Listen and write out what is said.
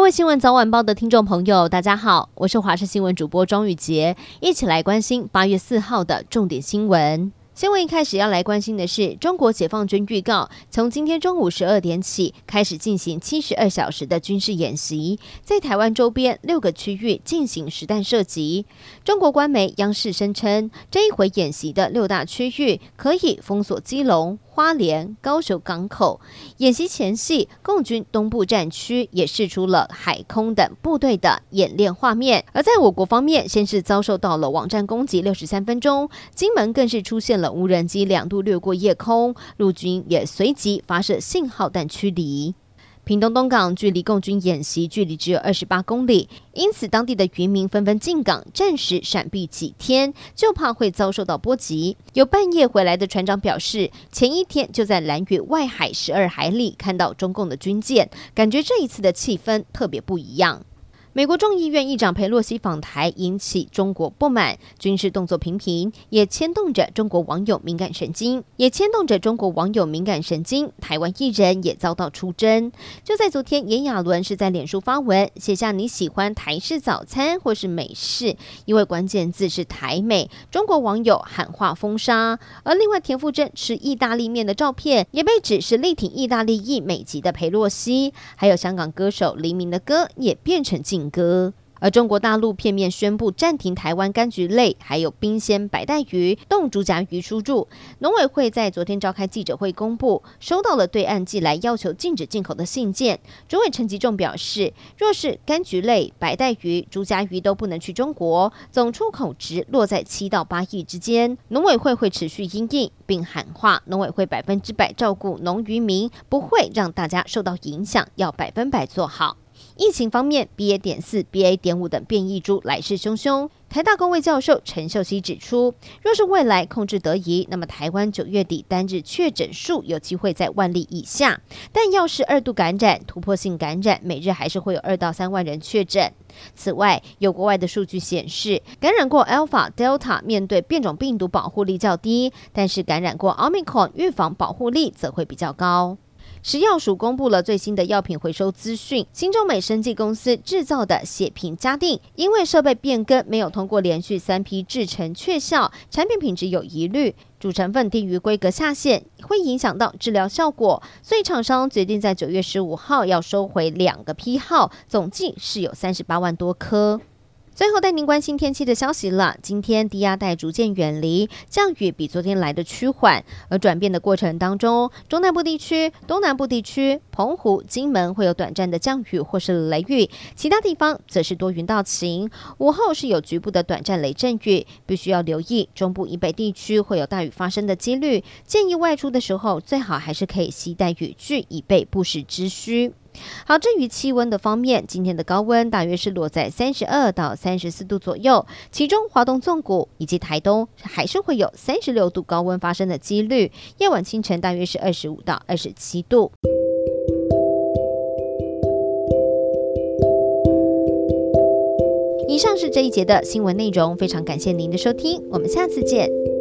位新闻早晚报的听众朋友，大家好，我是华视新闻主播庄宇杰，一起来关心8月4号的重点新闻。新闻一开始要来关心的是，中国解放军预告，从今天中午12点起开始进行72小时的军事演习，在台湾周边6个区域进行实弹射击。中国官媒央视声称，这一回演习的6大区域可以封锁基隆、花莲、高雄港口。演习前夕，共军东部战区也释出了海空等部队的演练画面。而在我国方面，先是遭受到了网战攻击63分钟，金门更是出现了无人机2度掠过夜空，陆军也随即发射信号弹驱离。屏东东港距离共军演习距离只有28公里，因此当地的渔民纷纷进港，暂时闪避几天，就怕会遭受到波及。有半夜回来的船长表示，前一天就在兰屿外海12海里看到中共的军舰，感觉这一次的气氛特别不一样。美国众议院议长裴洛西访台引起中国不满，军事动作频频，也牵动着中国网友敏感神经。台湾艺人也遭到出征。就在昨天，炎亚纶是在脸书发文，写下你喜欢台式早餐或是美式，因为关键字是台美，中国网友喊话封杀。而另外田馥甄吃意大利面的照片，也被指是力挺意大利裔美籍的裴洛西，还有香港歌手黎明的歌也变成禁歌。而中国大陆片面宣布暂停台湾柑橘类还有冰鲜白带鱼、冻竹荚鱼输入。农委会在昨天召开记者会公布，收到了对岸寄来要求禁止进口的信件。主委陈吉仲表示，若是柑橘类、白带鱼、竹荚鱼都不能去中国，总出口值落在7到8亿之间。农委会会持续因应，并喊话农委会100%照顾农渔民，不会让大家受到影响，要100%做好。疫情方面 ，BA.4、BA.5 等变异株来势汹汹。台大公卫教授陈秀熙指出，若是未来控制得宜，那么台湾9月底单日确诊数有机会在1万例以下。但要是2度感染、突破性感染，每日还是会有2到3万人确诊。此外，有国外的数据显示，感染过 Alpha、Delta 面对变种病毒保护力较低，但是感染过 Omicron 预防保护力则会比较高。食药署公布了最新的药品回收资讯，新中美生技公司制造的血瓶嘉定，因为设备变更没有通过连续3批制程确效，产品品质有疑虑，主成分低于规格下限，会影响到治疗效果，所以厂商决定在9月15号要收回2个批号，总计是有38万多颗。最后带您关心天气的消息了。今天低压带逐渐远离，降雨比昨天来的趋缓，而转变的过程当中，中南部地区、东南部地区、澎湖、金门会有短暂的降雨或是雷雨，其他地方则是多云到晴。午后是有局部的短暂雷阵雨，必须要留意中部以北地区会有大雨发生的几率。建议外出的时候，最好还是可以携带雨具，以备不时之需。好，至于气温的方面，今天的高温大约是落在32到34度左右，其中华东纵谷以及台东还是会有36度高温发生的几率，夜晚清晨大约是25到27度。以上是这一节的新闻内容，非常感谢您的收听，我们下次见。